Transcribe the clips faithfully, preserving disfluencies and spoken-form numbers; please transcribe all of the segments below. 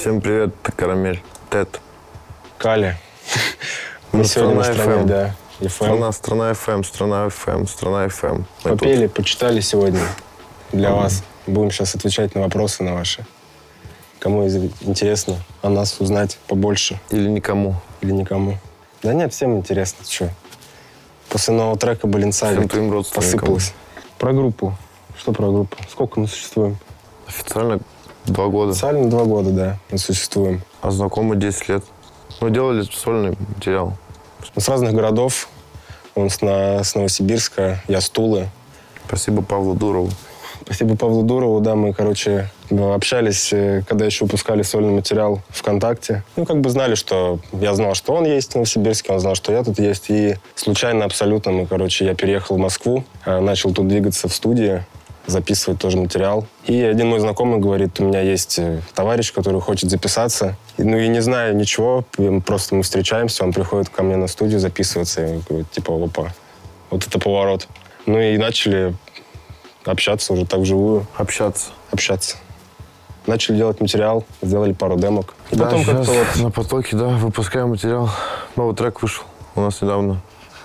Всем привет, это Карамель, Тед. Кали. Мы сегодня на стране, да. эф эм. Страна, страна эф эм, страна эф эм, страна эф эм. Мы Попели, тут. почитали сегодня для mm-hmm. вас. Будем сейчас отвечать на вопросы на ваши. Кому интересно о нас узнать побольше. Или никому. Или никому. Да нет, всем интересно. Что? После нового трека Баленсиаги всем твоим родственникам. Посыпалось. Про группу. Что про группу? Сколько мы существуем? Официально два года. Официально два года, да, мы существуем. А знакомы десять лет. Мы делали сольный материал. Мы с разных городов. Он с, на, с Новосибирска, я с Тулы. Спасибо Павлу Дурову. Спасибо Павлу Дурову, да, мы, короче, общались, когда еще выпускали сольный материал ВКонтакте. Ну, как бы знали, что... Я знал, что он есть в Новосибирске, он знал, что я тут есть. И случайно абсолютно мы, короче, я переехал в Москву, начал тут двигаться в студии, записывать тоже материал. И один мой знакомый говорит, у меня есть товарищ, который хочет записаться. И, ну, и не знаю ничего, просто мы встречаемся, он приходит ко мне на студию записываться, и говорит, типа, опа, вот это поворот. Ну и начали общаться уже так вживую. Общаться. Общаться. Начали делать материал, сделали пару демок. И да, потом как-то вот... на потоке, да, выпускаем материал. Новый трек вышел у нас недавно.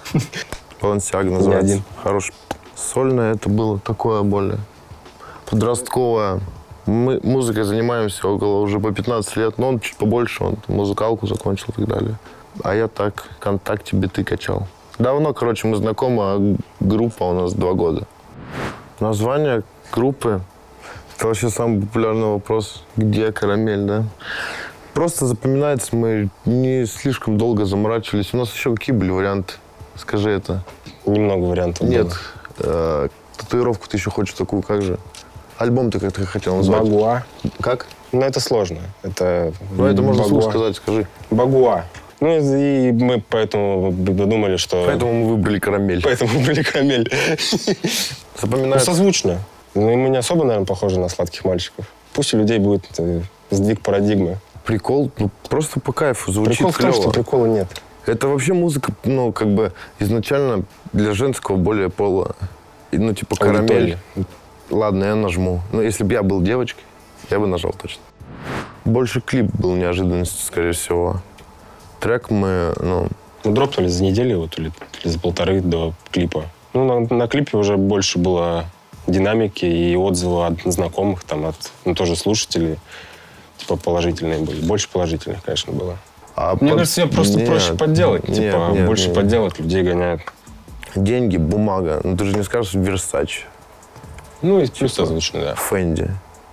Баленсиага называется. один. Хороший. Сольное это было такое более подростковое. Мы музыкой занимаемся около уже по пятнадцать лет, но он чуть побольше, он музыкалку закончил и так далее. А я так ВКонтакте биты качал. Давно, короче, мы знакомы, а группа у нас два года. Название группы – это вообще самый популярный вопрос. Где Карамель, да? Просто запоминается, мы не слишком долго заморачивались. У нас еще какие были варианты? Скажи это. Немного вариантов Нет. было. Э, татуировку ты еще хочешь такую, как же? Альбом ты как-то хотел назвать? Багуа. Как? Ну, это сложно. Это... Ну, это можно Багуа. вслух сказать, скажи. Багуа. Ну, и мы поэтому подумали, что... Поэтому мы выбрали Карамель. Поэтому мы выбрали Карамель. Запоминается. Ну, созвучно. Ну, и мы не особо, наверное, похожи на сладких мальчиков. Пусть у людей будет э, сдвиг парадигмы. Прикол, ну, просто по кайфу, звучит Прикол в том, клево. что прикола нет. Это вообще музыка, ну, как бы, изначально для женского более пола. И, ну, типа, Карамель. Ладно, я нажму. Но если бы я был девочкой, я бы нажал точно. Больше клип был неожиданностью, скорее всего. Трек мы, ну... Мы дропнули за неделю, вот, или, или за полторы до клипа. Ну, на, на клипе уже больше было динамики и отзывы от знакомых, там, от, ну, тоже слушателей. Типа, положительные были. Больше положительных, конечно, было. А Мне под... кажется, ее просто нет, проще подделать. Нет, типа, нет, больше нет. подделать, людей гоняют. Деньги, бумага. Ну, ты же не скажешь Версачи. Ну, и плюс созвучно, да. Фенди.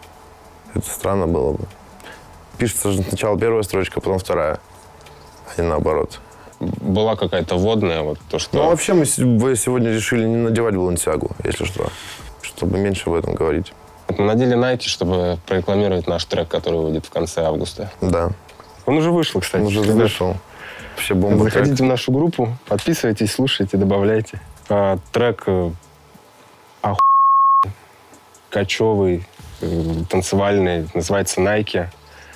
Это странно было бы. Пишется же сначала первая строчка, потом вторая. А не наоборот. Была какая-то водная, вот то, что... Ну, вообще мы сегодня решили не надевать Баленсиагу, если что. Чтобы меньше об этом говорить. Мы надели Nike, чтобы прорекламировать наш трек, который выйдет в конце августа. Да. Он уже вышел, кстати. Он уже вышел. Вообще бомба. Заходите трек. в нашу группу, подписывайтесь, слушайте, добавляйте. А, трек оху... кочевый, танцевальный, называется Nike.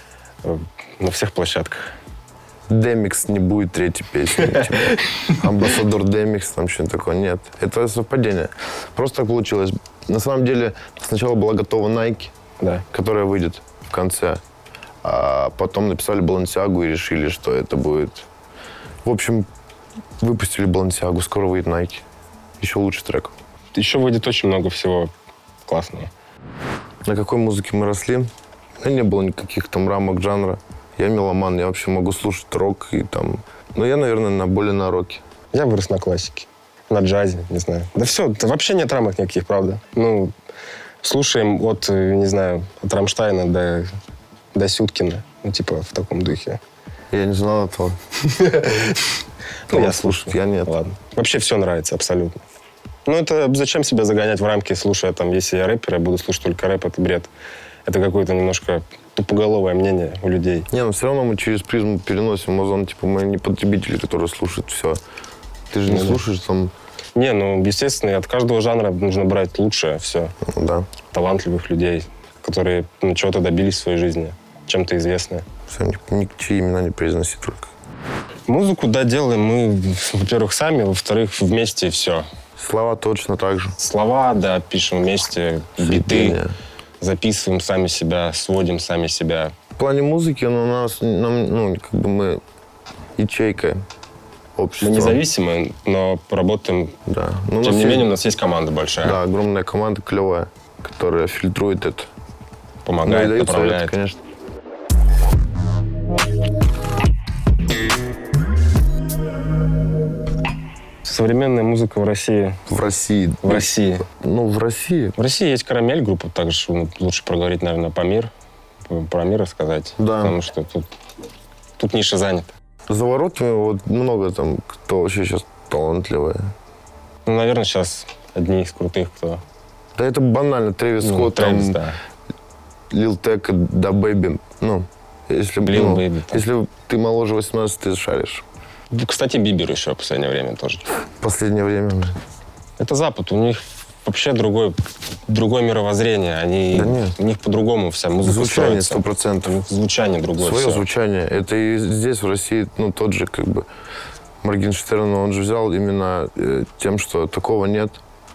На всех площадках. Демикс не будет третьей песни. Типа. Амбассадор Демикс, там что-то такое. Нет. Это совпадение. Просто так получилось. На самом деле, сначала была готова Nike, да. которая выйдет в конце. А потом написали Баленсиагу и решили, что это будет... В общем, выпустили Баленсиагу, скоро выйдет Nike. Еще лучший трек. Еще выйдет очень много всего классного. На какой музыке мы росли? У меня не было никаких там рамок жанра. Я меломан, я вообще могу слушать рок и там... Но я, наверное, на более на роке. Я вырос на классике, на джазе, не знаю. Да все, вообще нет рамок никаких, правда. Ну, слушаем от, не знаю, от Рамштайна до, до Сюткина. Ну, типа, в таком духе. Я не знал этого. Ну, я слушаю. Я нет. Ладно. Вообще все нравится, абсолютно. Ну, это зачем себя загонять в рамки, слушая там, если я рэпер, я буду слушать только рэп, это бред. Это какое-то немножко тупоголовое мнение у людей. Не, но все равно мы через призму переносим озон. Типа, мы не потребители, которые слушают все. Ты же не ну, слушаешь там... Не, ну, естественно, от каждого жанра нужно брать лучшее все. Да. Талантливых людей, которые ну, чего-то добились в своей жизни, чем-то известны. Все, ничьи имена не произноси только. Музыку, да, делаем мы, во-первых, сами, во-вторых, вместе и все. Слова точно так же. Слова, да, пишем вместе, биты, записываем сами себя, сводим сами себя. плане музыки ну, у нас, нам, ну, как бы мы ячейка общества. Мы независимы, но работаем. Да. Но Тем не есть, менее, у нас есть команда большая. Да, огромная команда клевая, которая фильтрует это. Помогает, ну, и дает направляет. совет, конечно. Современная музыка в России. В России. В России. Ну, в России. В России есть «Карамель» группа, также ну, лучше проговорить, наверное, по мир, про мир рассказать. Да. Потому что тут, тут ниша занята. За воротами вот много там, кто вообще сейчас талантливый. Ну, наверное, сейчас одни из крутых, кто... Да это банально. Трэвис Ну, Скотт, Трэвис, там, да. Лил Тек, Да Бэйби. Ну, если, Lil ну, Baby, там. если ты моложе восемнадцати, ты шаришь. Кстати, Бибер еще в последнее время тоже. В последнее время. Это Запад, у них вообще другой, другое мировоззрение. Они, Да нет. У них по-другому вся музыка Звучание строится. сто процентов. У них звучание другое. Свое всё. звучание. Это и здесь, в России, ну, тот же, как бы, Моргенштерн, он же взял именно э, тем, что такого нет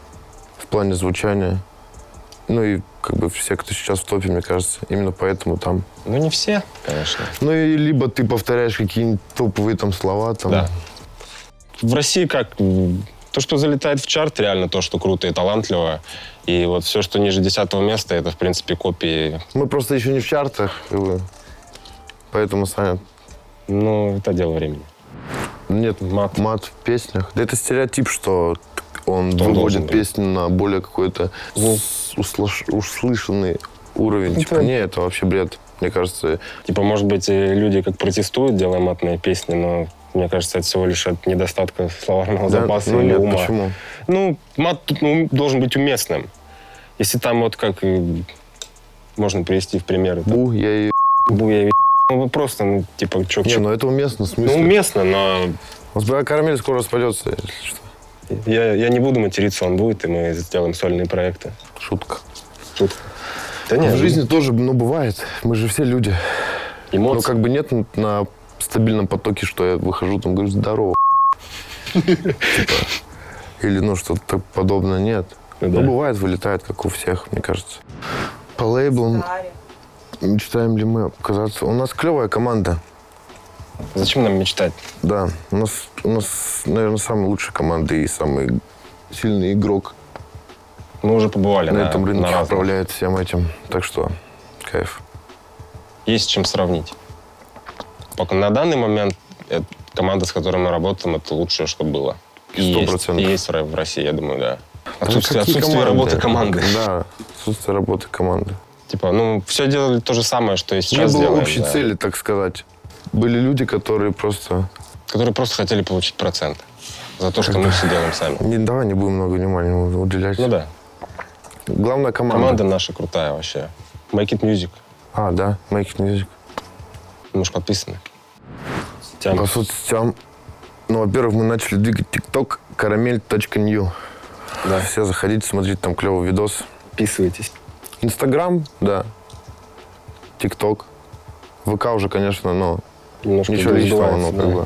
в плане звучания. Ну и, как бы, все, кто сейчас в топе, мне кажется, именно поэтому там. Ну, не все, конечно. Ну и либо ты повторяешь какие-нибудь топовые там слова, там. Да. В России как? То, что залетает в чарт, реально то, что круто и талантливо. И вот все, что ниже десятого места, это, в принципе, копии. Мы просто еще не в чартах, как бы, поэтому, Саня, Ну, это дело времени. нет Мат. мат в песнях. Да это стереотип, что он Что он должен выводит быть. песню на более какой-то Ну. с- услыш- услышанный уровень. Ну, Типа, да. не, это вообще бред. Мне кажется, Типа, может быть, и люди как протестуют, делая матные песни, но мне кажется, это всего лишь от недостатка словарного да, запаса ну или нет, ума. почему? Ну, мат тут ну, должен быть уместным. Если там вот как и можно привести в пример. это Бу, я и... буя, ну, просто, ну, типа, чё, Не, чё- ну это уместно, в ну, смысле. уместно, но Вот твоя карамель скоро распадется, если что. я, я не буду материться, он будет, и мы сделаем сольные проекты. Шутка. Шутка. Да В нет, жизни тоже, ну, бывает. Мы же все люди. эмоции. Ну, как бы нет на стабильном потоке, что я выхожу, там, говорю, здорово. Типа, или, ну, что-то подобное, нет. Ну, да. Ну, бывает, вылетает, как у всех, мне кажется. По лейблам мечтаем ли мы оказаться... У нас клевая команда. Зачем нам мечтать? Да, у нас, у нас, наверное, самая лучшая команда и самый сильный игрок Мы уже побывали на на, этом рынке на разных. управляет всем этим. Так что, кайф. Есть с чем сравнить. Пока на данный момент это команда, с которой мы работаем, это лучшее, что было. И Сто есть, процентов. и есть в России, я думаю, да. Да Отсутствие, какие отсутствие команды? работы команды. Да, отсутствие работы команды. Типа, ну, все делали то же самое, что и Не сейчас было делаем. общей да. цели, так сказать. Были люди, которые просто... Которые просто хотели получить процент за то, что мы все делаем сами. Не, давай не будем много внимания уделять. Ну да. Главная команда. Команда наша крутая вообще. Make It Music. А, да, Make It Music. Мы же подписаны. Тем. По соцсетям. Ну, во-первых, мы начали двигать TikTok карамель точка нью. Да. Все заходите, смотрите, там клевый видос. Подписывайтесь. Инстаграм, да. ТикТок. ВК уже, конечно, но Немножко ничего личного, сбивается, ну, как да. бы.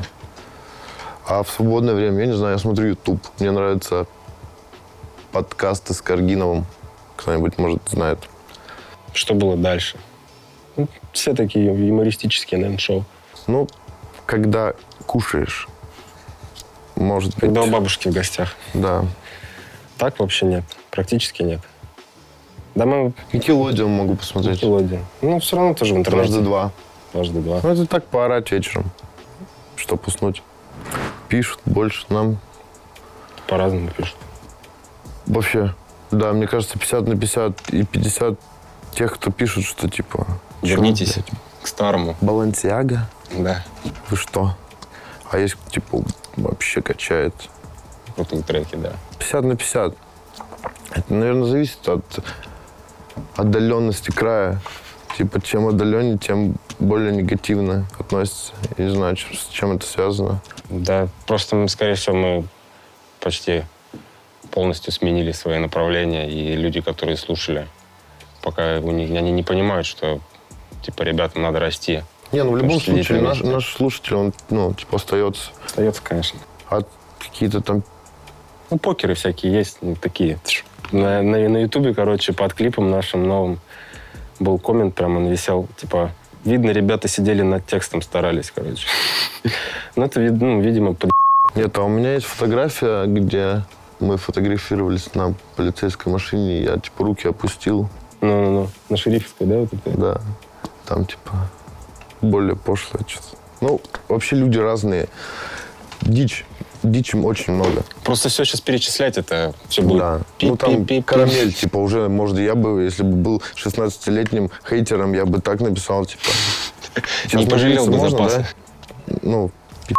А в свободное время, я не знаю, я смотрю YouTube. Мне нравятся подкасты с Каргиновым. Кто-нибудь, может, знает. Что было дальше? Ну, все такие юмористические, наверное, шоу. Ну, когда кушаешь, может быть... Когда у бабушки в гостях. Да. Так вообще нет. Практически нет. Да мы Никелодион могу посмотреть. Никелодион. Ну, все равно тоже в интернете. Дважды два. Дважды два. Ну, это так поорать вечером, чтоб уснуть. Пишут больше нам. По-разному пишут. Вообще, да, мне кажется, пятьдесят на пятьдесят и пятьдесят тех, кто пишут, что типа... чё, Вернитесь блядь, к старому. Балансиага? Да. Вы что? А есть, типа, вообще качает. Крутые треки, да. пятьдесят на пятьдесят. Это, наверное, зависит от отдаленности края. Типа, чем отдаленнее, тем более негативно относится. Я не знаю, чем- с чем это связано. Да, просто, мы, скорее всего, мы почти полностью сменили свои направления, и люди, которые слушали, пока у них, они не понимают, что, типа, ребятам надо расти. Не, ну в любом Следить случае на наш, месте. наш слушатель, он, ну, типа, остается. Остается, конечно. А какие-то там... Ну, покеры всякие есть, ну, такие. На, на, на Ютубе, короче, под клипом нашим новым был коммент, прям он висел, типа, Видно, ребята сидели над текстом, старались, короче. Ну, это, ну, видимо, под... Нет, а у меня есть фотография, где мы фотографировались на полицейской машине, я, типа, руки опустил. Ну-ну-ну, на Шерифской, да, вот это? Да, там, типа, более пошлое что-то. Ну, вообще люди разные. Дичь. Дичи очень много. Просто все сейчас перечислять, это все будет. Да. Пип, ну, там пип, пип, карамель, типа, уже, может, я бы, если бы был шестнадцатилетним хейтером, я бы так написал, типа... Не пожалел бы можно, запаса. Да? Ну,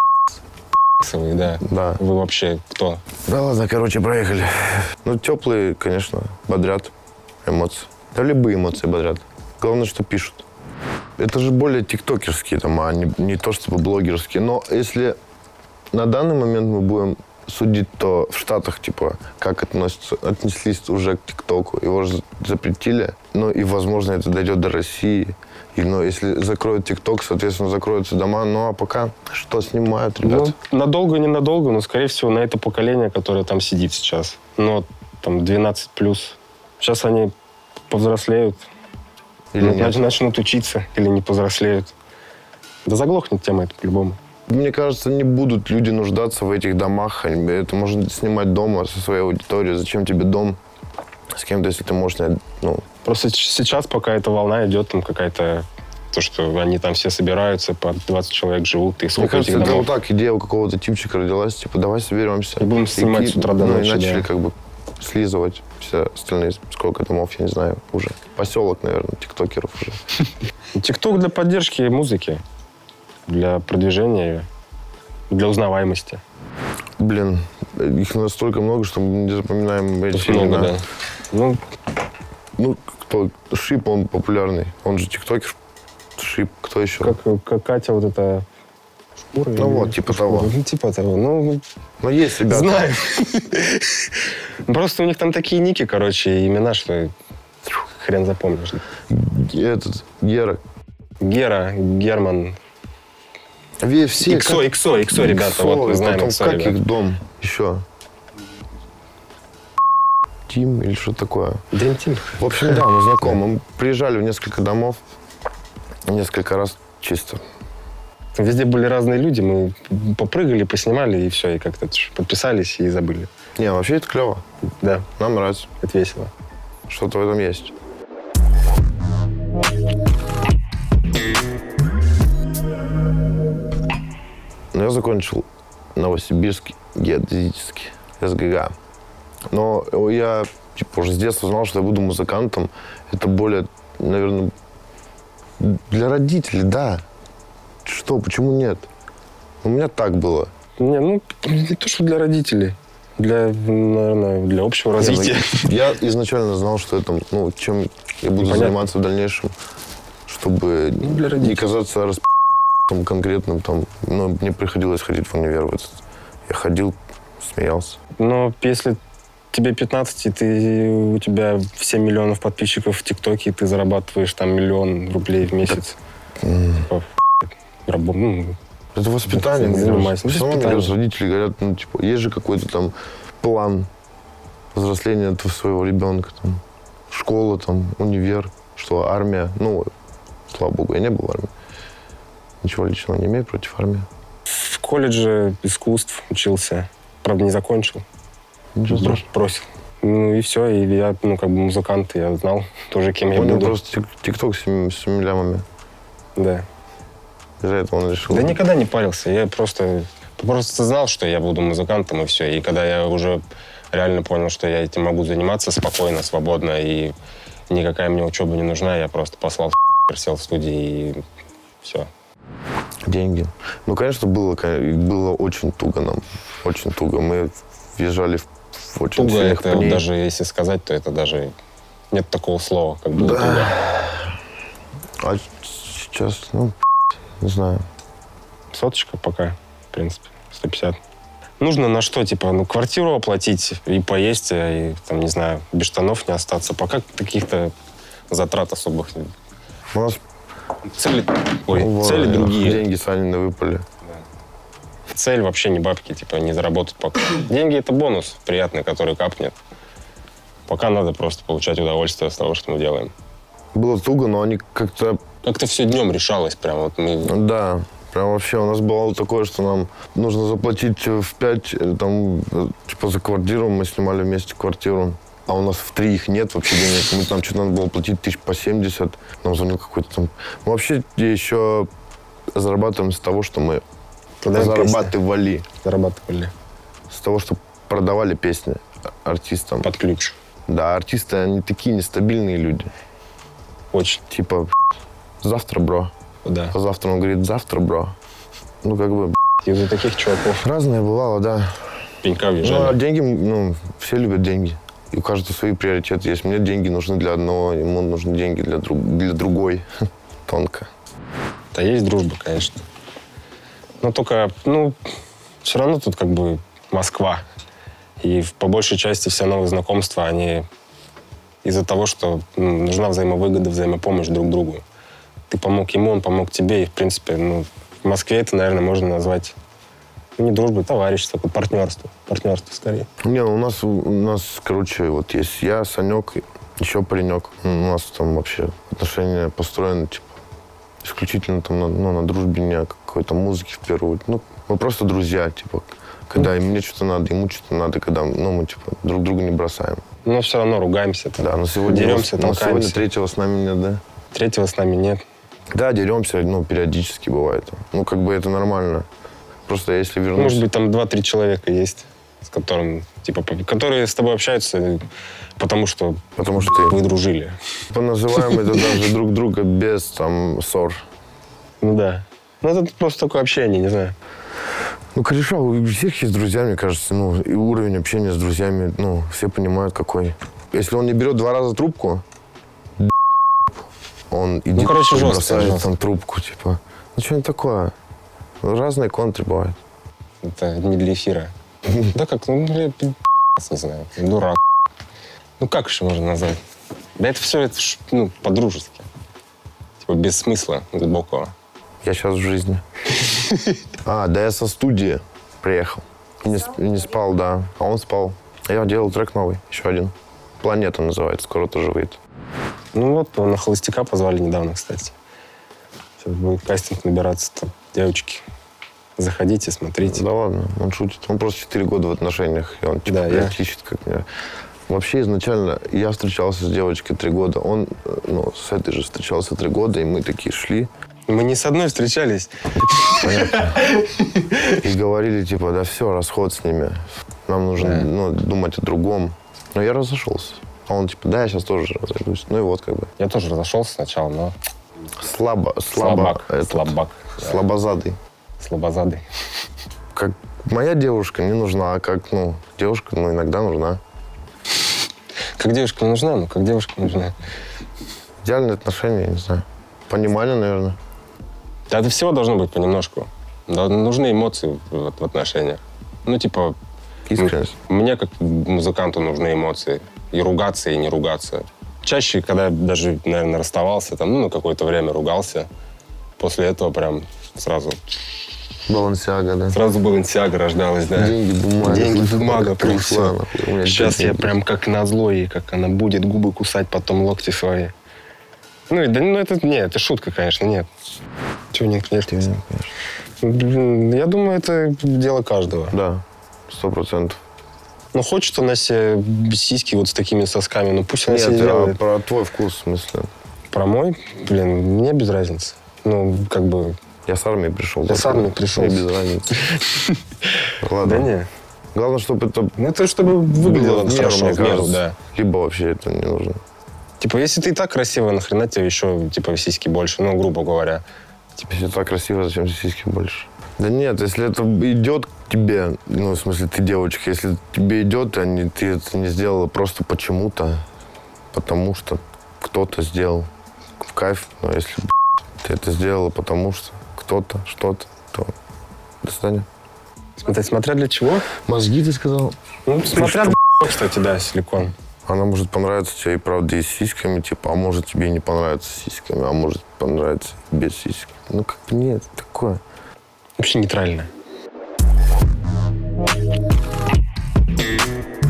Вы, да. да. Вы вообще кто? Да ладно, короче, проехали. Ну, теплые, конечно, бодрят эмоции. Да, любые эмоции бодрят. Главное, что пишут. Это же более тиктокерские, там, а не, не то чтобы блогерские. Но если на данный момент мы будем судить, то в Штатах, типа, как относятся, отнеслись уже к ТикТоку. Его же запретили. Ну, и, возможно, это дойдет до России. И, ну, если закроют ТикТок, соответственно, закроются дома. Ну, а пока что снимают, ребята? Ну, надолго, ненадолго, но, скорее всего, на это поколение, которое там сидит сейчас. Ну, там, двенадцать плюс. Сейчас они повзрослеют. Или ну, нет? Начнут учиться или не повзрослеют. Да заглохнет тема это по-любому. Мне кажется, не будут люди нуждаться в этих домах. Это можно снимать дома со своей аудиторией. Зачем тебе дом с кем-то, если ты можешь снять, ну... Просто сейчас, пока эта волна идет, там какая-то... То, что они там все собираются, по двадцать человек живут. И Мне сколько кажется, этих это домов? вот так идея у какого-то типчика родилась. Типа, давай соберемся. И будем снимать и, с утра до ну, ночи, и начали да. как бы слизывать все остальные, сколько домов, я не знаю, уже. Поселок, наверное, тиктокеров уже. ТикТок для поддержки музыки, для продвижения, для узнаваемости. Блин, их настолько много, что мы не запоминаем эти Много, имена. да. Ну, Ну, кто? Шип, он популярный. Он же тиктокер. Шип, кто еще? как, как Катя вот эта... Шкура, Ну или- вот, типа Шкура. того. Ну, типа того. Ну, Ну, есть ребята. знаю. Просто у них там такие ники, короче, имена, что хрен запомнишь. Этот, Гера. Гера, Герман. Ве- Все, Иксо, как- Иксо, Иксо, ребята, вот мы и знаем потом Иксо, как ребята. их дом еще? Тим или что такое? Dream Team. В общем, да, мы знакомы. Мы приезжали в несколько домов. Несколько раз чисто. Везде были разные люди, мы попрыгали, поснимали, и все, и как-то тш, подписались и забыли. Не, вообще это клево. Да, Нам нравится. это весело. Что-то в этом есть. Ну, я закончил Новосибирский геодезический эс гэ гэ. Но я типа, уже с детства знал, что я буду музыкантом. Это более, наверное, для родителей, да. Что, почему нет? У меня так было. Не, ну, не то, что для родителей. Для, наверное, для общего развития. Не, ну, я изначально знал, что это, ну, чем я буду Понятно. заниматься в дальнейшем, чтобы Ну, для не родителей. казаться расп... конкретным. Там, ну, мне приходилось ходить в универ. в этот. Я ходил, смеялся. Но если тебе пятнадцать, и ты, у тебя семь миллионов подписчиков в ТикТоке, и ты зарабатываешь там миллион рублей в месяц. Типа, рабо- ну, Это воспитание. Не ну, занимайся. Все равно Воспитание. мне родители говорят, ну, типа, есть же какой-то там план взросления этого своего ребенка. Там, школа, там, универ, что армия. Ну, слава богу, я не был в армии. Ничего личного не имею против армии. в колледже искусств учился. Правда, не закончил. Ничего Бро- страшного. Бросил. Ну и все. И я, ну, как бы музыкант, я знал тоже, кем я Понял, буду. просто тик- тикток с семь, с семью лямами. Да. Из-за этого он решил. Да никогда не парился. Я просто, просто знал, что я буду музыкантом, и все. И когда я уже реально понял, что я этим могу заниматься спокойно, свободно, и никакая мне учеба не нужна, я просто послал сел в студии, и все. Деньги. Ну, конечно, было, кон- было очень туго нам. Очень туго. Мы въезжали в, в очень Туго сильных это, пней. даже если сказать, то это даже нет такого слова, как было туго. А сейчас, ну, не знаю. Соточка пока, в принципе, сто пятьдесят. Нужно на что, типа, ну, квартиру оплатить и поесть, и, там, не знаю, без штанов не остаться. Пока каких-то затрат особых. У нас Цели, ой, ну, цели вот, другие. деньги Санины выпали. Цель вообще не бабки, типа, не заработать пока. Деньги — это бонус приятный, который капнет. Пока надо просто получать удовольствие от того, что мы делаем. Было туго, но они как-то Как-то все днем решалось прям. Вот мы... Да, прям вообще у нас бывало такое, что нам нужно заплатить в пять, там, типа за квартиру, мы снимали вместе квартиру, а у нас в три их нет вообще денег. Мы там что-то надо было платить тысяч по семьдесят, нам звонил какой-то там... Мы вообще еще зарабатываем с того, что мы Продаем зарабатывали. песни. Зарабатывали. С того, что продавали песни артистам. Под ключ. Да, артисты, они такие нестабильные люди. Очень. Типа, завтра, бро. Да. А завтра он говорит, завтра, бро. Ну, как бы... Из-за таких чуваков. Разное бывало, да. Пенька въезжали. Ну, а деньги, ну, все любят деньги. И у каждого свои приоритеты есть. Мне деньги нужны для одного, ему нужны деньги для, друг, для другой. Тонко. Да есть дружба, конечно. Но только, ну, все равно тут как бы Москва. И по большей части все новые знакомства, они из-за того, что ну, нужна взаимовыгода, взаимопомощь друг другу. Ты помог ему, он помог тебе. И, в принципе, ну, в Москве это, наверное, можно назвать ну, не дружбой, товарищество, партнерство. Партнерство, скорее. Не, у нас, у нас, короче, вот есть я, Санек, еще паренек. У нас там вообще отношения построены, типа, исключительно там на, ну, на дружбе, не какой-то музыке в первую очередь. Ну, мы просто друзья, типа. Когда и мне что-то надо, ему что-то надо, когда ну, мы типа друг друга не бросаем. Но все равно ругаемся. Да, но сегодня, деремся, но толкаемся. сегодня третьего с нами нет, да? Третьего с нами нет. Да, деремся, ну, периодически бывает. Ну, как бы это нормально. Просто если вернусь... Может быть, там два-три человека есть, с которым, типа, которые с тобой общаются, потому что, потому что ты... вы дружили. Поназываем это даже друг друга без, там, ссор. Ну да. Ну, это просто такое общение, не знаю. Ну, кореша, у всех есть друзья, мне кажется, ну, и уровень общения с друзьями, ну, все понимают, какой. Если он не берет два раза трубку, он идет, ну, короче, жестко, бросает жестко. там трубку, типа, ну, что-нибудь такое. Разные контры бывают. Это не для эфира. Да как, ну, я не знаю, дурак. Ну, как еще можно назвать? Да это все, это, ну, по-дружески. Типа, без смысла глубокого. Я сейчас в жизни. А, да я со студии приехал. И не, сп- не спал, да. А он спал. А я делал трек новый, еще один. «Планета» называется, скоро тоже выйдет. Ну вот, на «Холостяка» позвали недавно, кстати. Сейчас будет кастинг набираться там. Девочки, заходите, смотрите. Да ладно, он шутит. Он просто четыре года в отношениях, и он типа Да, блядь, я- ищет как меня. Вообще изначально я встречался с девочкой три года. Он, ну, с этой же встречался три года, и мы такие шли. Мы не с одной встречались. И говорили, типа, да все, расход с ними. Нам нужно Да. ну, думать о другом. Но я разошелся. А он, типа, да, я сейчас тоже разойдусь. Ну и вот как бы. Я тоже разошелся сначала, но Слабо, слабо. слабак. этот, Слабак. Да. Слабозадый. Слабозадый. Как моя девушка не нужна, а как, ну, девушка, ну, иногда нужна. Как девушка не нужна, ну как девушка нужна. Идеальные отношения, я не знаю. Понимание, наверное. Да, это всего должно быть понемножку. Да, нужны эмоции в, в отношениях. Ну, типа, Искренность. мне как музыканту нужны эмоции. И ругаться, и не ругаться. Чаще, когда я даже, наверное, расставался, там, ну, на какое-то время ругался, после этого прям сразу... Балансиага, да. Сразу Балансиага рождалась, да. Деньги, бумага. Деньги, бумага, прям Пришла, все. нахуй. У меня Сейчас деньги. я прям как назло ей, как она будет губы кусать, потом локти свои. Ну, и да, ну это, нет, это шутка, конечно, нет. Чего нет, конечно. Нет, конечно. Блин, я думаю, это дело каждого. Да, сто процентов. Ну, хочет она себе сиськи вот с такими сосками, ну пусть она Нет, себе я делает. про твой вкус, в смысле. Про мой, блин, мне без разницы. Ну, как бы... Я с армии пришел. Я с армии пришел. Мне без разницы. Ладно. Да не. Главное, чтобы это Ну, это чтобы выглядело было в меру, хорошо, мне в меру, кажется. да. Либо вообще это не нужно. Типа, если ты и так красивая, нахрена тебе еще, типа, сиськи больше? Ну, грубо говоря. Если так красиво, зачем сиськи больше? Да нет, если это идет к тебе, ну, в смысле, ты девочка, если тебе идет, а не, ты это не сделала просто почему-то, потому что кто-то сделал в кайф, но если ты это сделала потому что кто-то, что-то, то до свидания. Смотря, смотря для чего. Мозги, ты сказал? Ну, смотря для кстати, да, силикон. Она может понравиться тебе и правда и с сиськами, типа, а может тебе и не понравиться с сиськами, а может понравиться без сиськ. Ну, как бы нет, такое. Вообще нейтрально.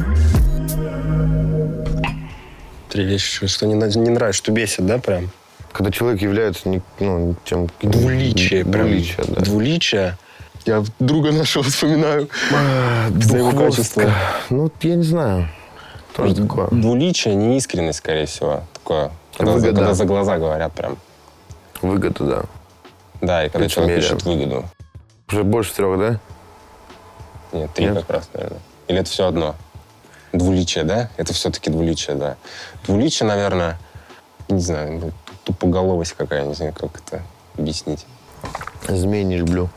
Три вещи, что не, на- не нравится, что бесит, да, прям? Когда человек является не, ну, тем... Двуличие. Прям. Двуличие, да. Двуличие. Я друга нашего вспоминаю. За его качество. Ну, я не знаю. Тоже такое. Двуличие, неискренность, скорее всего. Такое. Когда, за, когда за глаза говорят прям. Выгода, да. Да, и когда В человек мере. ищет выгоду. Уже больше трех, да? Нет, три Нет? как раз, наверное. Или это все одно? Двуличие, да? Это все-таки двуличие, да. Двуличие, наверное, не знаю, тупоголовость какая, не знаю, как это объяснить. Змей не люблю.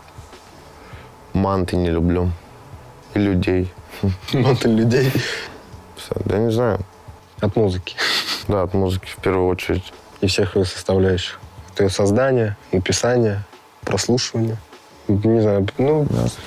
Манты не люблю. И людей. Манты людей. Все, да не знаю. От музыки. Да, от музыки в первую очередь. И всех ее составляющих. Это ее создание, написание, прослушивание. Не знаю, ну...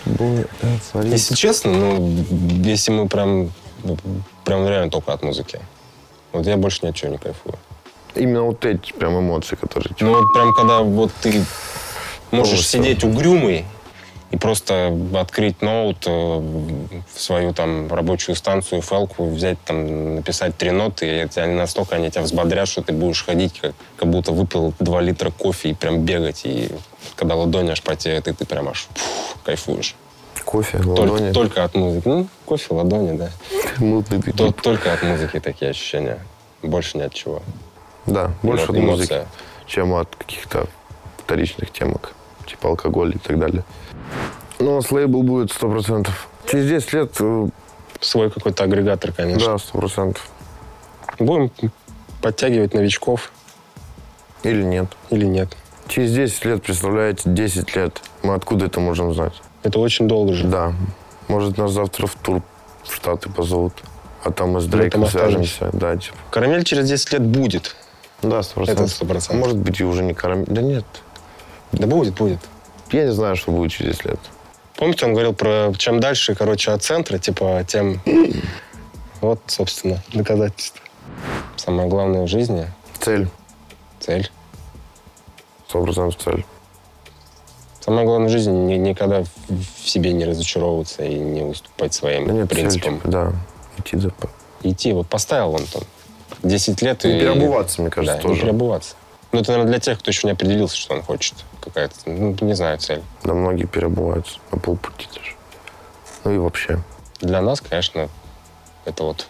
Если честно, ну, если мы прям... Прям реально только от музыки. Вот я больше ни от чего не кайфую. Именно вот эти прям эмоции, которые... Ну, вот прям когда вот ты можешь Полностью. сидеть угрюмый и просто открыть ноут, э, в свою там рабочую станцию, фэлку, взять там, написать три ноты, и это, настолько они тебя взбодрят, что ты будешь ходить, как, как будто выпил два литра кофе и прям бегать. И когда ладони аж потеют, и ты прям аж фух, кайфуешь. Кофе, Только, ладони. только от музыки. Ну, кофе, ладони, да. Мутный ты То- тип. только от музыки такие ощущения. Больше ни от чего. Да, больше от Эмо- музыки, эмоция. чем от каких-то вторичных темок, типа алкоголя и так далее. Ну, у нас лейбл будет сто процентов. Через десять лет, э, Свой какой-то агрегатор, конечно. да, сто процентов. Будем подтягивать новичков Или нет. или нет. Через десять лет, представляете, десять лет. Мы откуда это можем знать? Это очень долго же. Да. Может, нас завтра в тур в Штаты позовут. А там мы с Мы Дрейком там останемся. свяжемся. Да, типа. Карамель через десять лет будет. Да, сто Это процентов. сто процентов. Может быть, и уже не карамель. Да нет. Да будет, будет. Я не знаю, что будет через десять лет. Помните, он говорил про чем дальше, короче, от центра, типа, тем... Вот, собственно, доказательство. Самое главное в жизни Цель. — цель. Сто процентов цель. Самое главное в жизни — ни- никогда в в себе не разочаровываться и не уступать своим Да нет, принципам. цель, типа, да. Идти за... Идти, вот поставил он там десять лет и... Не переобуваться, мне кажется, да, тоже. не переобуваться. Ну, это, наверное, для тех, кто еще не определился, что он хочет. Какая-то, ну, не знаю, цель. Да, многие переобуваются на полпути даже. Ну и вообще. Для нас, конечно, это вот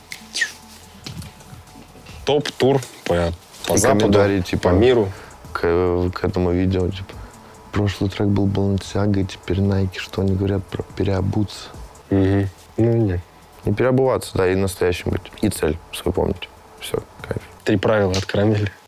топ-тур по, по И Западу, комментарии, типа, по миру. К, к этому видео, типа, прошлый трек был Balenciaga, теперь Nike, что они говорят про переобуться. Угу. Ну, нет. Не переобуваться, да, и настоящим быть. И цель свою помнить. Все, кайф. Три правила от карамели.